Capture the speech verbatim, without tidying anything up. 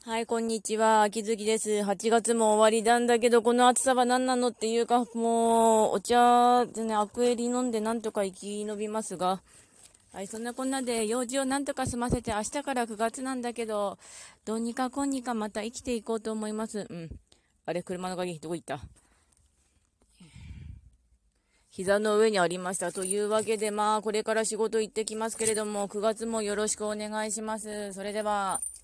はい、こんにちは。秋月です。はちがつも終わりなんだけど、この暑さは何なのっていうか、もう、お茶でね、アクエリ飲んでなんとか生き延びますが、はい、そんなこんなで用事をなんとか済ませて、明日からくがつなんだけど、どうにかこうにかまた生きていこうと思います。うん。あれ、車の鍵、どこ行った？膝の上にありました。というわけで、まあ、これから仕事行ってきますけれども、くがつもよろしくお願いします。それでは。